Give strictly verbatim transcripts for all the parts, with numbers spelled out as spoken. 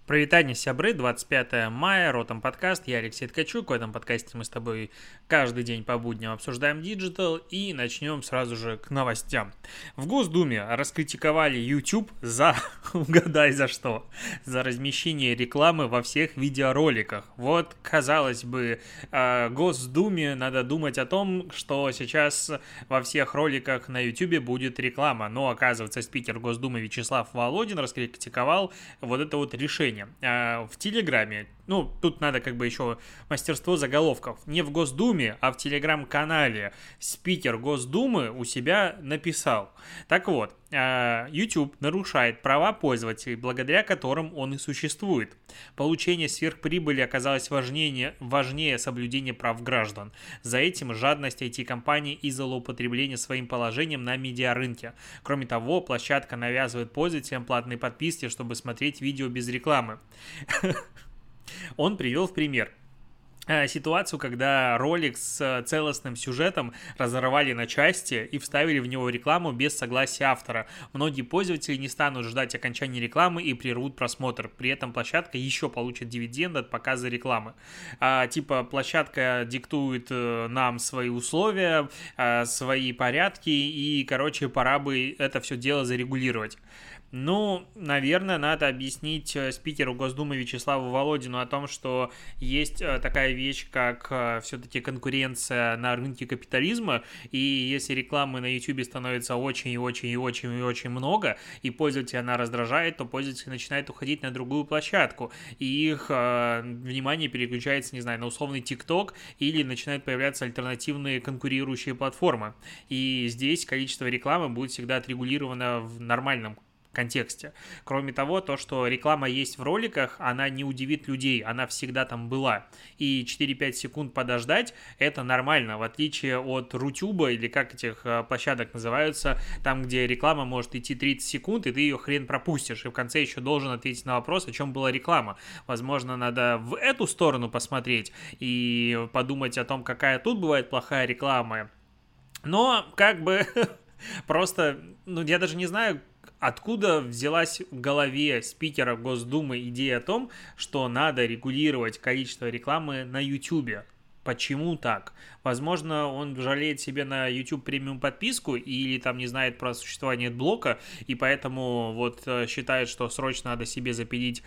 Привет, сябры, двадцать пятое мая, Ротом подкаст, я Алексей Ткачук. В этом подкасте мы с тобой каждый день по будням обсуждаем диджитал и начнем сразу же к новостям. В Госдуме раскритиковали YouTube за, угадай за что, за размещение рекламы во всех видеороликах. Вот, казалось бы, Госдуме надо думать о том, что сейчас во всех роликах на YouTube будет реклама, но оказывается спикер Госдумы Вячеслав Володин раскритиковал вот это вот решение. В Телеграме, ну, тут надо как бы еще мастерство заголовков, не в Госдуме, а в Телеграм-канале спикер Госдумы у себя написал. Так вот, YouTube нарушает права пользователей, благодаря которым он и существует. Получение сверхприбыли оказалось важнее, важнее соблюдения прав граждан. За этим жадность ай ти-компаний и злоупотребление своим положением на медиарынке. Кроме того, площадка навязывает пользователям платные подписки, чтобы смотреть видео без рекламы. Он привел в пример ситуацию, когда ролик с целостным сюжетом разорвали на части и вставили в него рекламу без согласия автора. Многие пользователи не станут ждать окончания рекламы и прервут просмотр. При этом площадка еще получит дивиденды от показа рекламы. А, типа площадка диктует нам свои условия, свои порядки и, короче, пора бы это все дело зарегулировать. Ну, наверное, надо объяснить спикеру Госдумы Вячеславу Володину о том, что есть такая вещь, как все-таки конкуренция на рынке капитализма, и если рекламы на YouTube становится очень и очень и очень и очень много, и пользователя она раздражает, то пользователь начинает уходить на другую площадку, и их э, внимание переключается, не знаю, на условный TikTok, или начинают появляться альтернативные конкурирующие платформы. И здесь количество рекламы будет всегда отрегулировано в нормальном контексте. Кроме того, то, что реклама есть в роликах, она не удивит людей, она всегда там была. И четыре-пять секунд подождать, это нормально, в отличие от Рутюба, или как этих площадок называются, там, где реклама может идти тридцать секунд, и ты ее хрен пропустишь, и в конце еще должен ответить на вопрос, о чем была реклама. Возможно, надо в эту сторону посмотреть и подумать о том, какая тут бывает плохая реклама. Но, как бы, просто, ну, я даже не знаю, откуда взялась в голове спикера Госдумы идея о том, что надо регулировать количество рекламы на YouTube. Почему так? Возможно, он жалеет себе на YouTube премиум подписку или там не знает про существование блока, и поэтому вот считает, что срочно надо себе запилить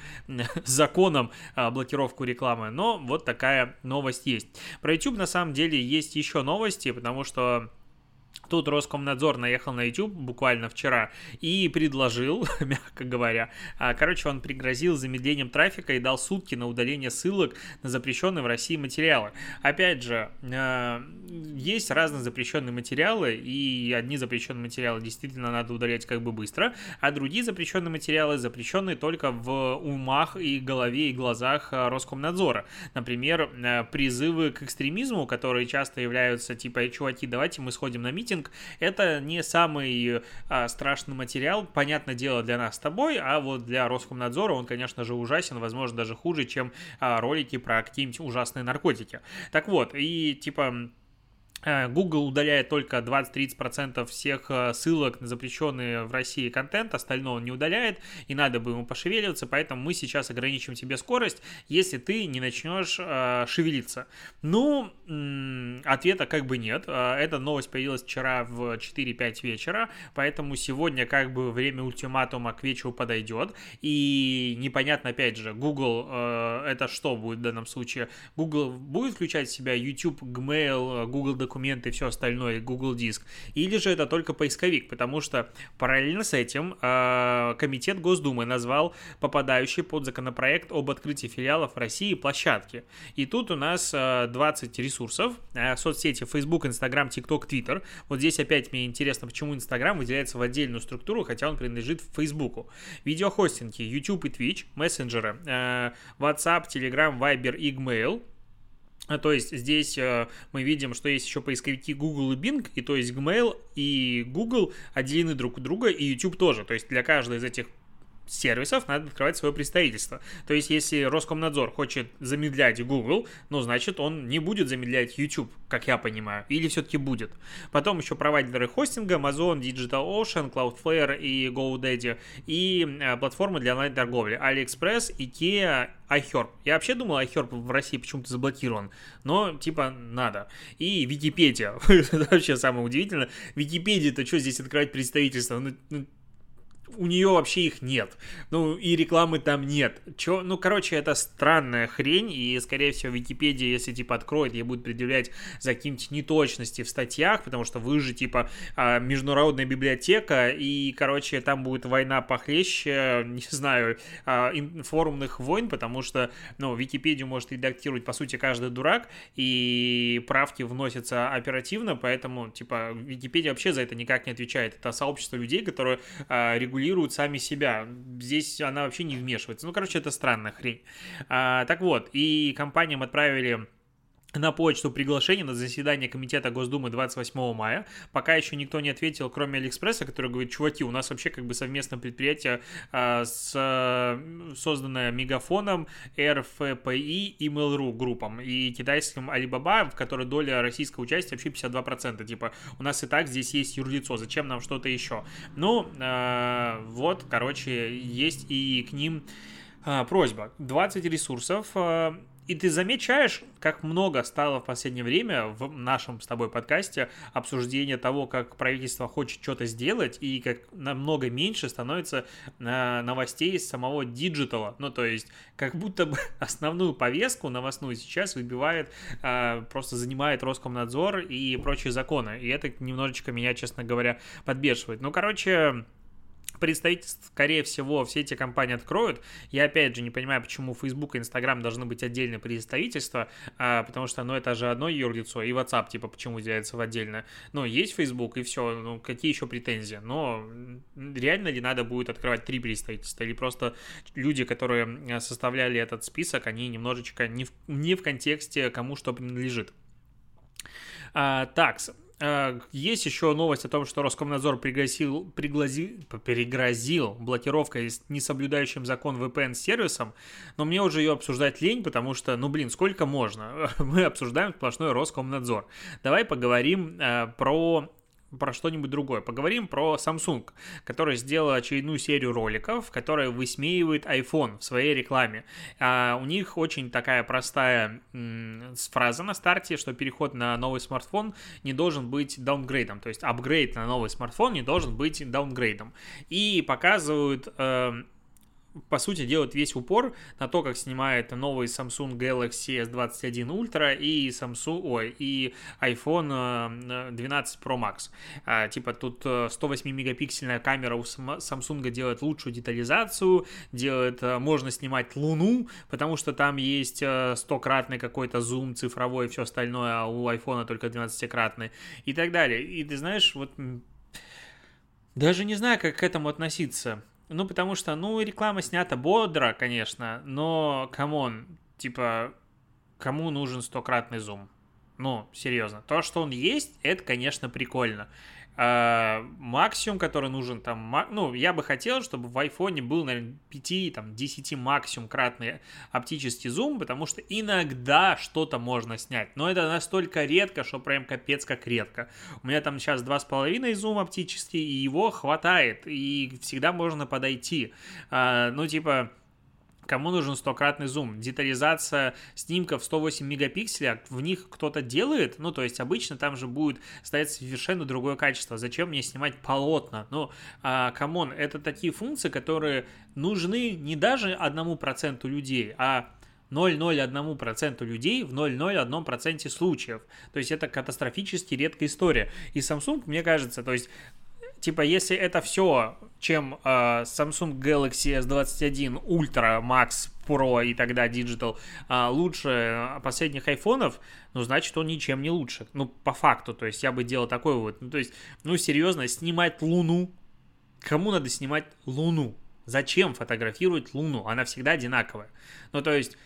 законом блокировку рекламы. Но вот такая новость есть. Про YouTube на самом деле есть еще новости, потому что тут Роскомнадзор наехал на YouTube буквально вчера и предложил, мягко говоря, короче, он пригрозил замедлением трафика и дал сутки на удаление ссылок на запрещенные в России материалы. Опять же, есть разные запрещенные материалы, и одни запрещенные материалы действительно надо удалять как бы быстро, а другие запрещенные материалы запрещенные только в умах и голове и глазах Роскомнадзора. Например, призывы к экстремизму, которые часто являются типа, чуваки, давайте мы сходим на митинг. Это не самый а, страшный материал, понятное дело, для нас с тобой, а вот для Роскомнадзора он, конечно же, ужасен, возможно, даже хуже, чем а, ролики про какие-нибудь ужасные наркотики. Так вот, и типа... Google удаляет только двадцать-тридцать процентов всех ссылок на запрещенный в России контент, остальное он не удаляет, и надо бы ему пошевеливаться, поэтому мы сейчас ограничим тебе скорость, если ты не начнешь э, шевелиться. Ну, м- ответа как бы нет. Эта новость появилась вчера в четыре-пять вечера, поэтому сегодня как бы время ультиматума к вечеру подойдет, и непонятно, опять же, Google э, это что будет в данном случае? Google будет включать в себя YouTube, Gmail, Google Документы, документы и все остальное, Google Диск, или же это только поисковик, потому что параллельно с этим э, Комитет Госдумы назвал попадающий под законопроект об открытии филиалов в России площадки. И тут у нас э, двадцать ресурсов, э, соцсети Facebook, Instagram, TikTok, Twitter. Вот здесь опять мне интересно, почему Instagram выделяется в отдельную структуру, хотя он принадлежит Facebook. Видеохостинги, YouTube и Twitch, мессенджеры, э, WhatsApp, Telegram, Viber и Gmail. То есть здесь э, мы видим, что есть еще поисковики Google и Bing, и то есть Gmail и Google отделены друг от друга, и YouTube тоже. То есть для каждой из этих сервисов надо открывать свое представительство. То есть, если Роскомнадзор хочет замедлять Google, ну, значит, он не будет замедлять YouTube, как я понимаю, или все-таки будет. Потом еще провайдеры хостинга, Amazon, DigitalOcean, Cloudflare и GoDaddy, и э, платформы для онлайн-торговли, AliExpress, IKEA, iHerb. Я вообще думал, iHerb в России почему-то заблокирован, но, типа, надо. И Википедия. Это вообще самое удивительное. Википедия-то что здесь открывать представительство? Ну, ну, у нее вообще их нет. Ну, и рекламы там нет. Чё? Ну, короче, это странная хрень, и, скорее всего, Википедия, если, типа, откроет, ей будет предъявлять за какие-нибудь неточности в статьях, потому что вы же, типа, международная библиотека, и, короче, там будет война похлеще, не знаю, форумных войн, потому что, ну, Википедию может редактировать, по сути, каждый дурак, и правки вносятся оперативно, поэтому, типа, Википедия вообще за это никак не отвечает. Это сообщество людей, которые регулируют регулируют сами себя. Здесь она вообще не вмешивается. Ну, короче, это странная хрень. А, так вот, и компаниям отправили на почту приглашение на заседание комитета Госдумы двадцать восьмого мая. Пока еще никто не ответил, кроме Алиэкспресса, который говорит: чуваки, у нас вообще как бы совместное предприятие, а, с, созданное Мегафоном, эр эф пи и Mail.ru группам и китайским Alibaba, в которой доля российского участия вообще пятьдесят два процента. Типа, у нас и так здесь есть юрлицо, зачем нам что-то еще? Ну, а, вот, короче, есть и к ним а, просьба. двадцать ресурсов. А, И ты замечаешь, как много стало в последнее время в нашем с тобой подкасте обсуждения того, как правительство хочет что-то сделать, и как намного меньше становится новостей из самого диджитала. Ну, то есть, как будто бы основную повестку новостную сейчас выбивает, просто занимает Роскомнадзор и прочие законы. И это немножечко меня, честно говоря, подбешивает. Ну, короче... Представительств, скорее всего, все эти компании откроют. Я, опять же, не понимаю, почему Facebook и Instagram должны быть отдельные представительства, а, потому что, ну, это же одно юрлицо, и WhatsApp, типа, почему делается в отдельно. Ну, есть Facebook, и все, ну, какие еще претензии? Но реально ли надо будет открывать три представительства? Или просто люди, которые составляли этот список, они немножечко не в, не в контексте, кому что принадлежит. А, такс. Есть еще новость о том, что Роскомнадзор пригрозил, приглази, перегрозил блокировкой с несоблюдающим закон ви пи эн-сервисом, но мне уже ее обсуждать лень, потому что, ну блин, сколько можно? Мы обсуждаем сплошной Роскомнадзор. Давай поговорим э, про... про что-нибудь другое. Поговорим про Samsung, который сделал очередную серию роликов, которая высмеивает iPhone в своей рекламе. А у них очень такая простая м- фраза на старте, что переход на новый смартфон не должен быть даунгрейдом, то есть апгрейд на новый смартфон не должен быть даунгрейдом. И показывают... Э- по сути, делают весь упор на то, как снимает новый Samsung Galaxy эс двадцать один Ultra и Samsung, ой, и iPhone двенадцать Pro Max. А, типа тут сто восемь мегапиксельная камера у Samsung делает лучшую детализацию, делает, можно снимать Луну, потому что там есть стократный какой-то зум цифровой и все остальное, а у iPhone только двенадцатикратный и так далее. И ты знаешь, вот даже не знаю, как к этому относиться. Ну, потому что, ну, реклама снята бодро, конечно, но, камон, типа, кому нужен стократный зум? Ну, серьезно. То, что он есть, это, конечно, прикольно. А, максимум, который нужен там, ну, я бы хотел, чтобы в айфоне был, наверное, пять-десять максимум кратный оптический зум, потому что иногда что-то можно снять, но это настолько редко, что прям капец как редко. У меня там сейчас два с половиной зум оптический, и его хватает, и всегда можно подойти. А, ну, типа... Кому нужен стократный зум? Детализация снимков сто восемь мегапикселей, в них кто-то делает? Ну, то есть обычно там же будет стоять совершенно другое качество. Зачем мне снимать полотна? Ну, а, камон, это такие функции, которые нужны не даже одному проценту людей, а ноль целых ноль один процент людей в ноль целых ноль один процент случаев. То есть это катастрофически редкая история. И Samsung, мне кажется, то есть... Типа, если это все, чем э, Samsung Galaxy эс двадцать один Ultra, Max, Pro и тогда Digital э, лучше последних айфонов, ну, значит, он ничем не лучше. Ну, по факту, то есть я бы делал такой вот. Ну, то есть, ну, серьезно, снимать Луну. Кому надо снимать Луну? Зачем фотографировать Луну? Она всегда одинаковая. Ну, то есть...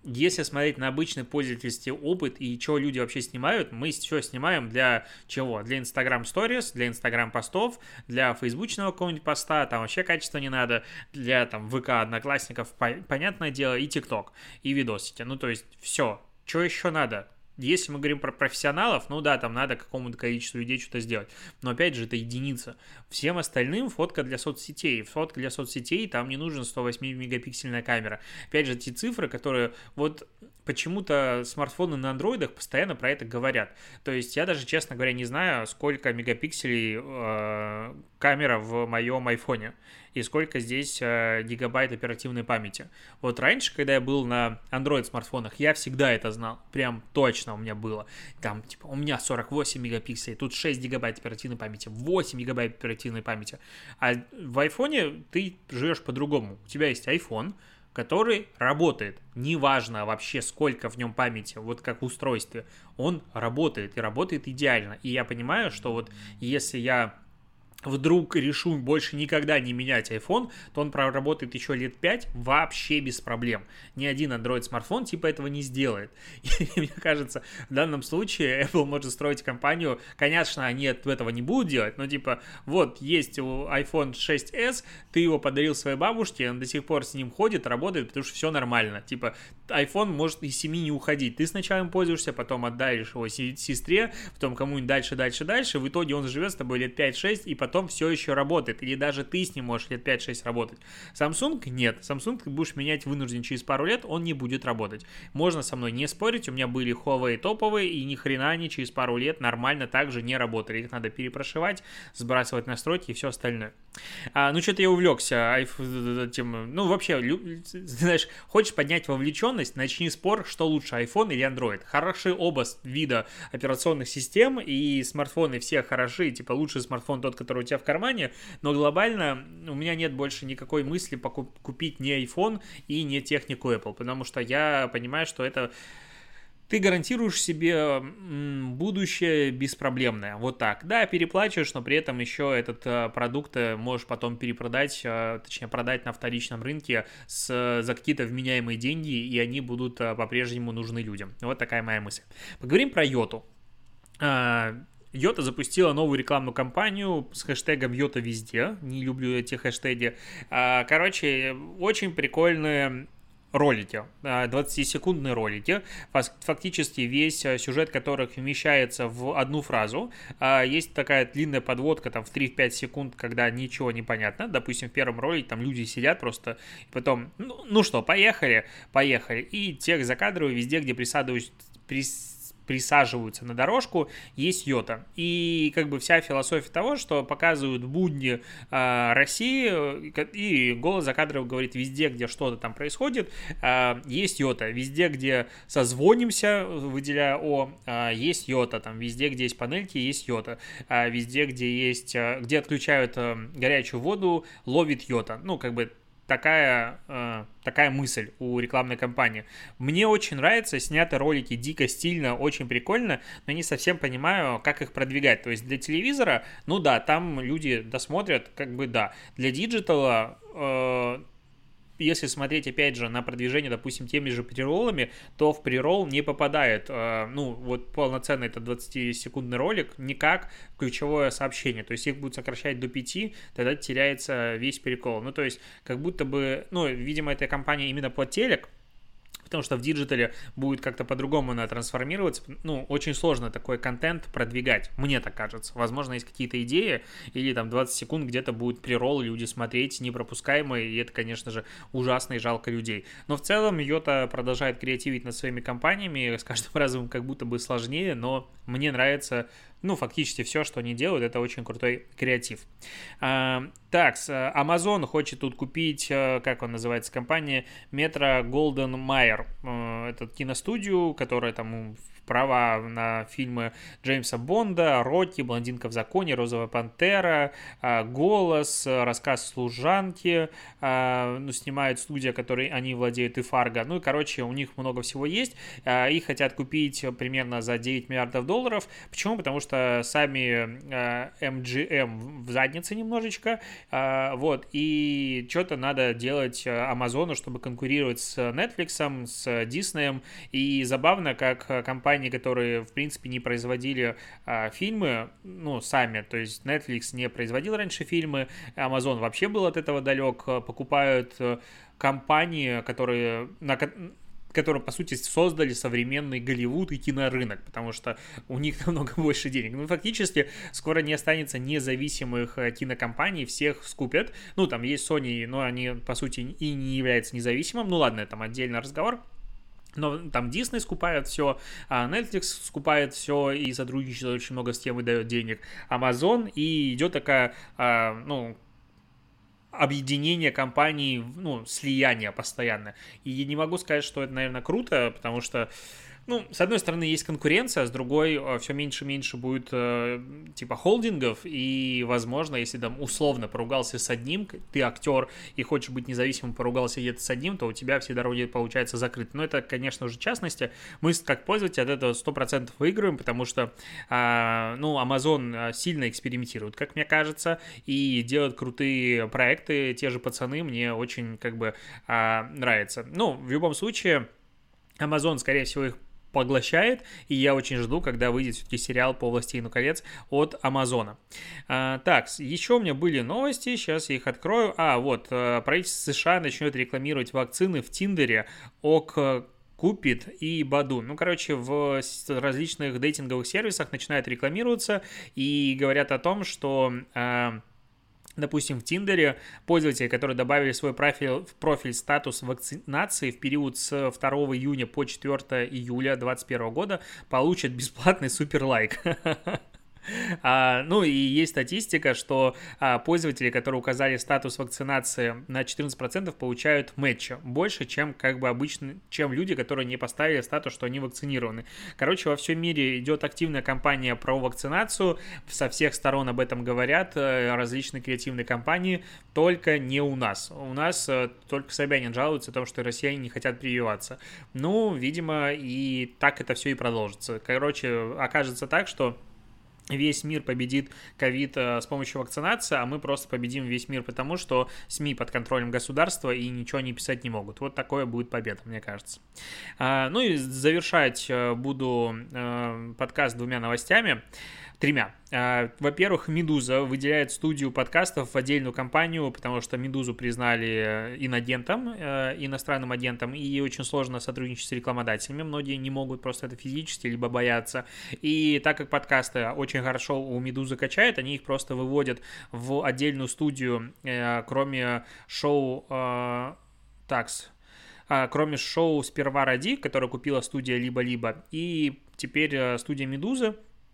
если смотреть на обычный пользовательский опыт и что люди вообще снимают, мы все снимаем для чего? Для Instagram Stories, для Instagram постов, для фейсбучного какого-нибудь поста, там вообще качества не надо, для там ВК, Одноклассников, понятное дело, и ТикТок, и видосики. Ну, то есть все. Что еще надо? Если мы говорим про профессионалов, ну да, там надо какому-то количеству людей что-то сделать. Но опять же, это единица. Всем остальным фотка для соцсетей. Фотка для соцсетей, там не нужен сто восемь мегапиксельная камера. Опять же, те цифры, которые вот почему-то смартфоны на андроидах постоянно про это говорят. То есть я даже, честно говоря, не знаю, сколько мегапикселей э, камера в моем айфоне и сколько здесь э, гигабайт оперативной памяти. Вот раньше, когда я был на Android-смартфонах, я всегда это знал. Прям точно у меня было. Там, типа, у меня сорок восемь мегапикселей, тут шесть гигабайт оперативной памяти, восемь гигабайт оперативной памяти. А в айфоне ты живешь по-другому. У тебя есть iPhone, который работает. Неважно вообще, сколько в нем памяти, вот как в устройстве, он работает и работает идеально. И я понимаю, что вот если я вдруг решу больше никогда не менять iPhone, то он проработает еще лет пять вообще без проблем. Ни один Android-смартфон типа этого не сделает. И мне кажется, в данном случае Apple может строить компанию, конечно, они этого не будут делать, но типа, вот, есть iPhone шесть эс, ты его подарил своей бабушке, он до сих пор с ним ходит, работает, потому что все нормально. Типа, iPhone может из семьи не уходить. Ты сначала им пользуешься, потом отдаешь его сестре, потом кому-нибудь дальше, дальше, дальше. В итоге он живет с тобой лет пять-шесть, и потом все еще работает, или даже ты с ним можешь лет пять-шесть работать. Samsung нет. Samsung ты будешь менять вынужден через пару лет, он не будет работать. Можно со мной не спорить, у меня были Huawei топовые, и ни хрена они через пару лет нормально также не работали. Их надо перепрошивать, сбрасывать настройки и все остальное. А, ну, что-то я увлекся тем, ну, вообще, знаешь, хочешь поднять вовлеченность, начни спор, что лучше, iPhone или Android. Хороши оба вида операционных систем, и смартфоны все хороши, типа лучший смартфон тот, который у тебя в кармане, но глобально у меня нет больше никакой мысли покуп- купить не iPhone и не технику Apple, потому что я понимаю, что это ты гарантируешь себе будущее беспроблемное, вот так. Да, переплачиваешь, но при этом еще этот продукт можешь потом перепродать, точнее продать на вторичном рынке с, за какие-то вменяемые деньги, и они будут по-прежнему нужны людям. Вот такая моя мысль. Поговорим про Йоту. Йота запустила новую рекламную кампанию с хэштегом Йота везде. Не люблю эти хэштеги. Короче, очень прикольные ролики, двадцатисекундные ролики, фактически весь сюжет которых вмещается в одну фразу. Есть такая длинная подводка там в три-пять секунд, когда ничего не понятно. Допустим, в первом ролике там люди сидят просто, и потом, ну, ну что, поехали, поехали. И текст закадровый везде, где присаживаются, прис... присаживаются на дорожку, есть Йота. И как бы вся философия того, что показывают будни э, России, и голос закадровый говорит, везде, где что-то там происходит, э, есть Йота. Везде, где созвонимся, выделяя О, э, есть Йота. Там везде, где есть панельки, есть Йота. Э, везде, где есть, э, где отключают э, горячую воду, ловит Йота. Ну, как бы Такая, э, такая мысль у рекламной кампании. Мне очень нравится, сняты ролики дико стильно, очень прикольно, но не совсем понимаю, как их продвигать. То есть для телевизора, ну да, там люди досмотрят, как бы да. Для диджитала, э, если смотреть, опять же, на продвижение, допустим, теми же прероллами, то в преролл не попадает, э, ну, вот полноценный этот двадцатисекундный ролик никак в ключевое сообщение. То есть их будут сокращать до пяти, тогда теряется весь прикол. Ну, то есть, как будто бы, ну, видимо, эта компания именно под телек, потому что в диджитале будет как-то по-другому она трансформироваться. Ну, очень сложно такой контент продвигать, мне так кажется. Возможно, есть какие-то идеи, или там двадцать секунд где-то будет преролл, люди смотреть, непропускаемые, и это, конечно же, ужасно и жалко людей. Но в целом Йота продолжает креативить над своими компаниями, с каждым разом как будто бы сложнее, но мне нравится, ну, фактически все, что они делают, это очень крутой креатив. А, так, Amazon хочет тут купить, как он называется, компания Metro Golden Mayer, этот киностудию, которая там права на фильмы Джеймса Бонда, Рокки, Блондинка в законе, Розовая пантера, Голос, Рассказ служанки, ну, снимает студия, которой они владеют, и Фарго. Ну и, короче, у них много всего есть. Их хотят купить примерно за девять миллиардов долларов. Почему? Потому что что сами э, эм джи эм в заднице немножечко, э, вот, и что-то надо делать Амазону, чтобы конкурировать с Netflix, с Disney, и забавно, как компании, которые, в принципе, не производили э, фильмы, ну, сами, то есть Netflix не производил раньше фильмы, Amazon вообще был от этого далек, покупают компании, которые, на, которые, по сути, создали современный Голливуд и кинорынок, потому что у них намного больше денег. Ну, фактически, скоро не останется независимых кинокомпаний, всех скупят. Ну, там есть Sony, но они, по сути, и не являются независимым. Ну, ладно, это там отдельный разговор. Но там Disney скупает все, а Netflix скупает все и сотрудничает очень много с тем и дает денег. Amazon, и идет такая, а, ну, объединение компаний, ну, слияние постоянно. И я не могу сказать, что это, наверное, круто, потому что, ну, с одной стороны, есть конкуренция, с другой, все меньше и меньше будет, э, типа, холдингов, и, возможно, если там условно поругался с одним, ты актер и хочешь быть независимым, поругался где-то с одним, то у тебя все дороги, получается, закрыты. Но это, конечно, уже частности. Мы, как пользователи, от этого сто процентов выигрываем, потому что, э, ну, Amazon сильно экспериментирует, как мне кажется, и делает крутые проекты. Те же пацаны мне очень, как бы, э, нравятся. Ну, в любом случае, Amazon, скорее всего, их поглощает, и я очень жду, когда выйдет все-таки сериал по «Властелину колец» от Амазона. А, так, еще у меня были новости, сейчас я их открою. А, вот, правительство США начнет рекламировать вакцины в Тиндере, ок Купит и Баду. Ну, короче, в различных дейтинговых сервисах начинают рекламироваться и говорят о том, что... Допустим, в Тиндере пользователи, которые добавили свой профиль, в профиль статус вакцинации в период с второго июня по четвёртое июля две тысячи двадцать первого года, получат бесплатный суперлайк. А, ну и есть статистика, что а, пользователи, которые указали статус вакцинации на четырнадцать процентов, получают мэтча больше, чем как бы обычно, чем люди, которые не поставили статус, что они вакцинированы. Короче, во всем мире идет активная кампания про вакцинацию, со всех сторон об этом говорят различные креативные компании, только не у нас. У нас только Собянин жалуется о том, что россияне не хотят прививаться. Ну, видимо, и так это все и продолжится. Короче, окажется так, что весь мир победит ковид с помощью вакцинации, а мы просто победим весь мир, потому что СМИ под контролем государства и ничего не писать не могут. Вот такое будет победа, мне кажется. Ну и завершать буду подкаст двумя новостями. Тремя. Во-первых, «Медуза» выделяет студию подкастов в отдельную компанию, потому что «Медузу» признали инагентом, иностранным агентом, и очень сложно сотрудничать с рекламодателями. Многие не могут просто это физически, либо боятся. И так как подкасты очень хорошо у «Медузы» качают, они их просто выводят в отдельную студию, кроме шоу «Такс». Кроме шоу «Сперва роди», которое купила студия «Либо-либо», и теперь студия «Медузы»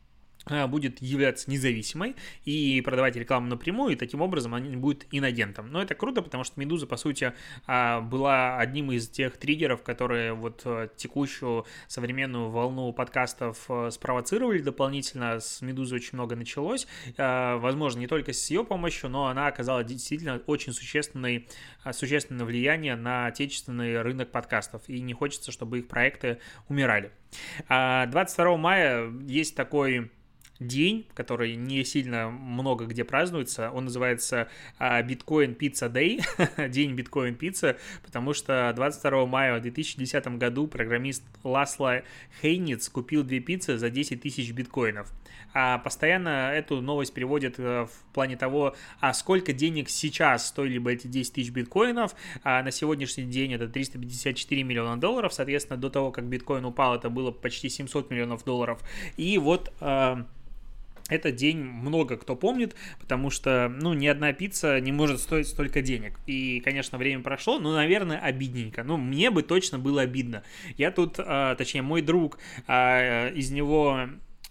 будет являться независимой и продавать рекламу напрямую, и таким образом она будет инагентом. Но это круто, потому что «Медуза», по сути, была одним из тех триггеров, которые вот текущую современную волну подкастов спровоцировали дополнительно. С «Медузы» очень много началось. Возможно, не только с ее помощью, но она оказала действительно очень существенное, существенное влияние на отечественный рынок подкастов, и не хочется, чтобы их проекты умирали. двадцать второго мая есть такой день, который не сильно много где празднуется. Он называется Bitcoin Pizza Day, день биткоин пиццы, потому что двадцать второго мая в две тысячи десятом году программист Ласло Хейниц купил две пиццы за десять тысяч биткоинов. А постоянно эту новость переводят в плане того, а сколько денег сейчас стоили бы эти десять тысяч биткоинов. А на сегодняшний день это триста пятьдесят четыре миллиона долларов. Соответственно, до того, как биткоин упал, это было почти семьсот миллионов долларов. И вот... Этот день много кто помнит, потому что, ну, ни одна пицца не может стоить столько денег. И, конечно, время прошло, но, наверное, обидненько. Ну, мне бы точно было обидно. Я тут, а, точнее, мой друг, а, из него...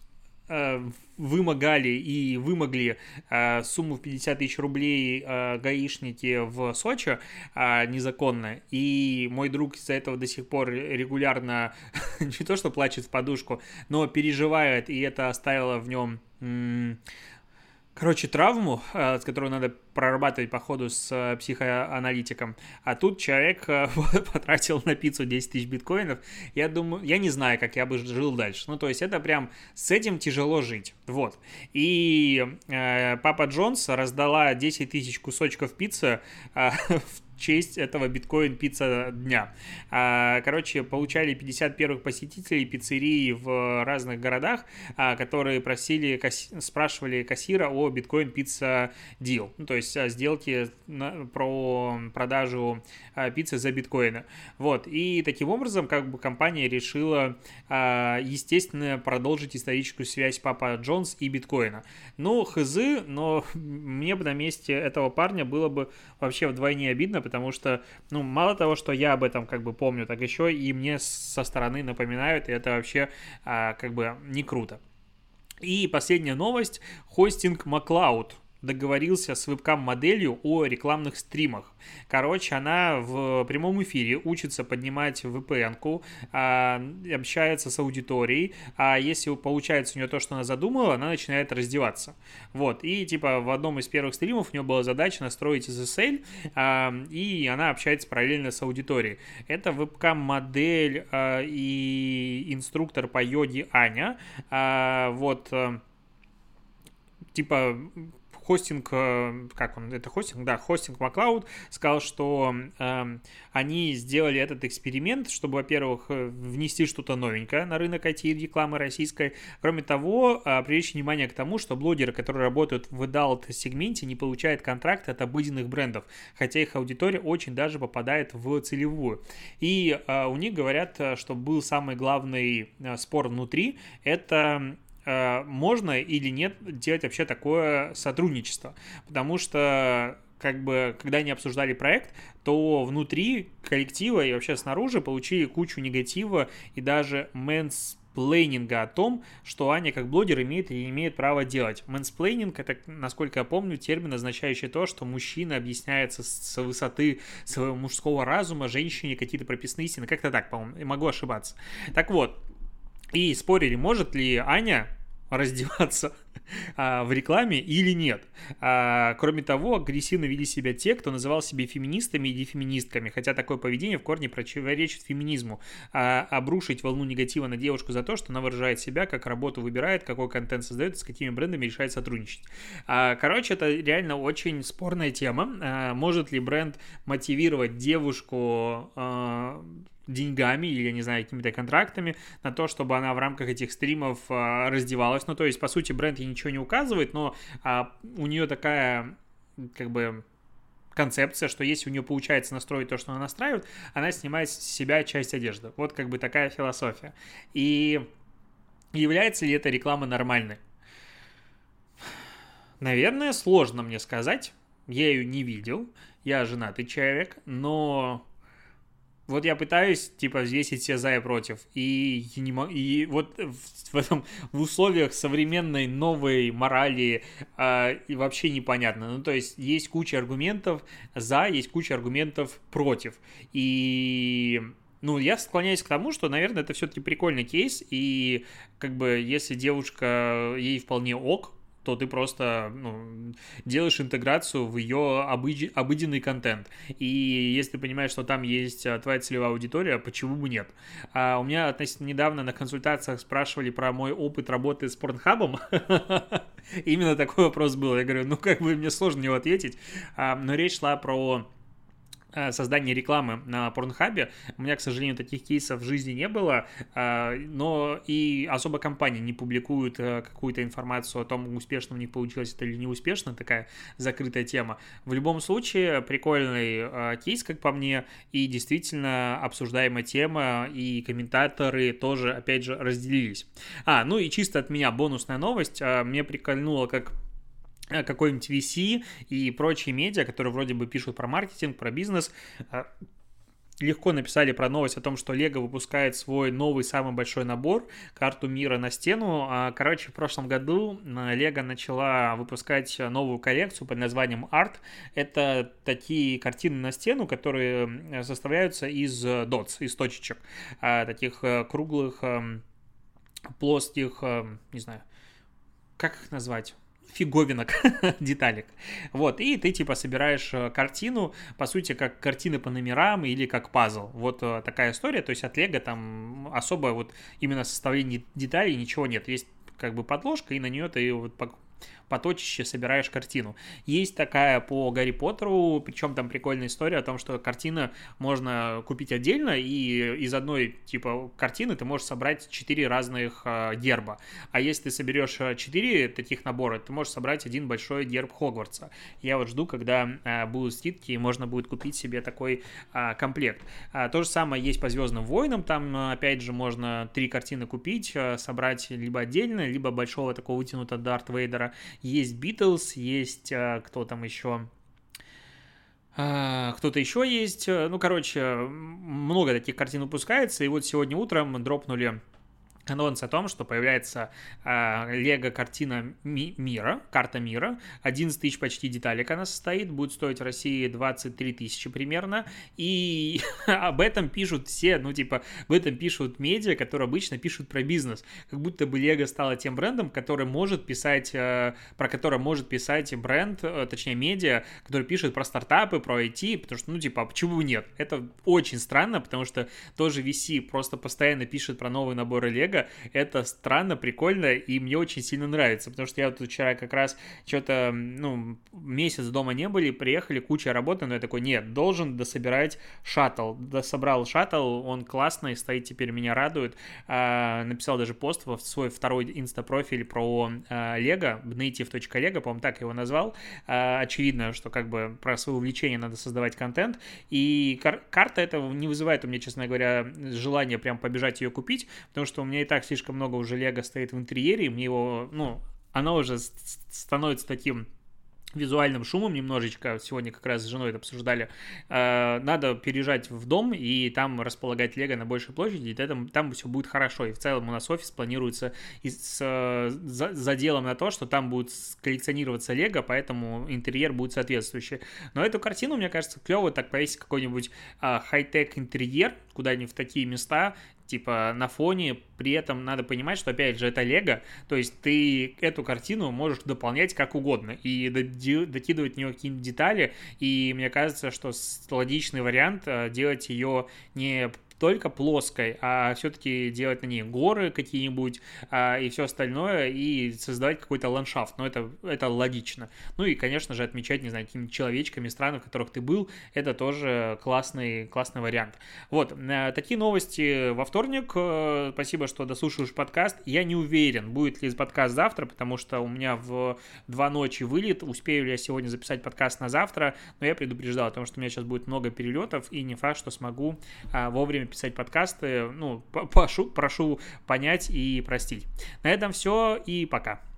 вымогали и вымогли а, сумму в пятьдесят тысяч рублей а, гаишники в Сочи а, незаконно, и мой друг из-за этого до сих пор регулярно не то что плачет в подушку, но переживает, и это оставило в нем м- короче, травму, э, с которой надо прорабатывать по ходу с э, психоаналитиком, а тут человек э, потратил на пиццу десять тысяч биткоинов. Я думаю, я не знаю, как я бы жил дальше. Ну, то есть это прям с этим тяжело жить. Вот. И э, Папа Джонс раздала десять тысяч кусочков пиццы э, в честь этого биткоин-пицца дня. Короче, получали пятьдесят первых посетителей пиццерии в разных городах, которые просили, спрашивали кассира о биткоин-пицца дил, ну, то есть сделки про продажу пиццы за биткоины. Вот, и таким образом, как бы компания решила, естественно, продолжить историческую связь Папа Джонс и биткоина. Ну, хз, но мне бы на месте этого парня было бы вообще вдвойне обидно, потому что, ну, мало того, что я об этом как бы помню, так еще и мне со стороны напоминают, и это вообще а, как бы не круто. И последняя новость. Хостинг MacLeod договорился с вебкам-моделью о рекламных стримах. Короче, она в прямом эфире учится поднимать ви пи эн-ку, а, общается с аудиторией, а если получается у нее то, что она задумала, она начинает раздеваться. Вот, и типа в одном из первых стримов у нее была задача настроить эс эс эл, а, и она общается параллельно с аудиторией. Это вебкам-модель а, и инструктор по йоге Аня. А, вот, а, типа... Хостинг, как он, это хостинг? Да, хостинг MacLeod сказал, что э, они сделали этот эксперимент, чтобы, во-первых, внести что-то новенькое на рынок ай ти-рекламы российской. Кроме того, э, привлечь внимание к тому, что блогеры, которые работают в adult-сегменте, не получают контракты от обыденных брендов, хотя их аудитория очень даже попадает в целевую. И э, у них говорят, что был самый главный э, спор внутри, это... можно или нет делать вообще такое сотрудничество, потому что как бы, когда они обсуждали проект, то внутри коллектива и вообще снаружи получили кучу негатива и даже мэнсплейнинга о том, что Аня как блогер имеет или не имеет право делать. Мэнсплейнинг — это, насколько я помню, термин, означающий то, что мужчина объясняется с высоты своего мужского разума женщине какие-то прописные истины, как-то так, по-моему, я могу ошибаться. Так вот, и спорили, может ли Аня раздеваться а, в рекламе или нет. А, кроме того, агрессивно вели себя те, кто называл себя феминистами или феминистками, хотя такое поведение в корне противоречит феминизму. А, обрушить волну негатива на девушку за то, что она выражает себя, как работу выбирает, какой контент создает, с какими брендами решает сотрудничать. А, короче, это реально очень спорная тема. А, может ли бренд мотивировать девушку... А, деньгами или, я не знаю, какими-то контрактами на то, чтобы она в рамках этих стримов а, раздевалась. Ну, то есть, по сути, бренд ей ничего не указывает, но а, у нее такая, как бы, концепция, что если у нее получается настроить то, что она настраивает, она снимает с себя часть одежды. Вот, как бы, такая философия. И является ли эта реклама нормальной? Наверное, сложно мне сказать. Я ее не видел. Я женатый человек, но... Вот я пытаюсь, типа, взвесить все за и против, и, не могу, и вот в, в, этом, в условиях современной новой морали э, и вообще непонятно. Ну, то есть, есть куча аргументов за, есть куча аргументов против. И... Ну, я склоняюсь к тому, что, наверное, это все-таки прикольный кейс, и, как бы, если девушка, ей вполне ок, то ты просто, ну, делаешь интеграцию в ее обыд... обыденный контент. И если ты понимаешь, что там есть твоя целевая аудитория, почему бы нет? А у меня относительно недавно на консультациях спрашивали про мой опыт работы с Порнхабом. Именно такой вопрос был. Я говорю, ну, как бы мне сложно на него ответить. Но речь шла про... создание рекламы на Порнхабе. У меня, к сожалению, таких кейсов в жизни не было, но и особо компании не публикуют какую-то информацию о том, успешно у них получилось это или не успешно, такая закрытая тема. В любом случае, прикольный кейс, как по мне, и действительно обсуждаемая тема, и комментаторы тоже, опять же, разделились. А, ну и чисто от меня бонусная новость. Мне прикольнуло, как какой-нибудь ви си и прочие медиа, которые вроде бы пишут про маркетинг, про бизнес, легко написали про новость о том, что Лего выпускает свой новый самый большой набор, карту мира на стену. Короче, в прошлом году Лего начала выпускать новую коллекцию под названием Art. Это такие картины на стену, которые составляются из дотс, из точечек, таких круглых, плоских, не знаю, как их назвать? фиговинок, деталек. Вот, и ты, типа, собираешь картину, по сути, как картины по номерам или как пазл. Вот такая история, то есть от Лего там особо вот именно составление деталей ничего нет. Есть как бы подложка, и на нее ты вот поточище собираешь картину. Есть такая по Гарри Поттеру, причем там прикольная история о том, что картина можно купить отдельно, и из одной типа картины ты можешь собрать четыре разных э, герба. А если ты соберешь четыре таких набора, ты можешь собрать один большой герб Хогвартса. Я вот жду, когда э, будут скидки, и можно будет купить себе такой э, комплект. А, то же самое есть по Звездным войнам, там опять же можно три картины купить, э, собрать либо отдельно, либо большого такого вытянутого Дарта Вейдера. Есть Битлз, есть а, кто там еще... А, кто-то еще есть. Ну, короче, много таких картин выпускается. И вот сегодня утром дропнули анонс о том, что появляется Лего э, картина ми- мира, карта мира, одиннадцать тысяч почти деталек она состоит, будет стоить в России двадцать три тысячи примерно, и об этом пишут все, ну типа, об этом пишут медиа, которые обычно пишут про бизнес, как будто бы Лего стало тем брендом, который может писать, э, про который может писать бренд, э, точнее медиа, который пишет про стартапы, про ай ти, потому что, ну типа, почему бы нет? Это очень странно, потому что тоже ви си просто постоянно пишет про новые наборы Лего. Это странно, прикольно, и мне очень сильно нравится, потому что я вот вчера как раз что-то, ну, месяц дома не были, приехали, куча работы, но я такой, нет, должен дособирать шаттл. Дособрал шаттл, он классный, стоит теперь, меня радует. А, написал даже пост в свой второй инста-профиль про а, Lego, native.lego, по-моему, так его назвал. А, очевидно, что как бы про свое увлечение надо создавать контент, и кар- карта это не вызывает у меня, честно говоря, желания прям побежать ее купить, потому что у меня и так слишком много уже Лего стоит в интерьере, и мне его, ну, оно уже становится таким визуальным шумом немножечко, сегодня как раз с женой это обсуждали, надо переезжать в дом и там располагать Лего на большей площади, и там, там все будет хорошо, и в целом у нас офис планируется с заделом на то, что там будет коллекционироваться Лего, поэтому интерьер будет соответствующий. Но эту картину, мне кажется, клево так повесить какой-нибудь хай-тек интерьер куда-нибудь в такие места, типа на фоне, при этом надо понимать, что, опять же, это Лего, то есть ты эту картину можешь дополнять как угодно и докидывать в нее какие-нибудь детали, и мне кажется, что логичный вариант делать ее не только плоской, а все-таки делать на ней горы какие-нибудь а, и все остальное, и создавать какой-то ландшафт, но это, это логично. Ну и, конечно же, отмечать, не знаю, какими-то человечками стран, в которых ты был, это тоже классный, классный вариант. Вот, такие новости во вторник. Спасибо, что дослушиваешь подкаст. Я не уверен, будет ли подкаст завтра, потому что у меня в два ночи вылет, успею ли я сегодня записать подкаст на завтра, но я предупреждал о том, что у меня сейчас будет много перелетов, и не факт, что смогу а, вовремя писать подкасты, ну, прошу, прошу понять и простить. На этом все, и пока.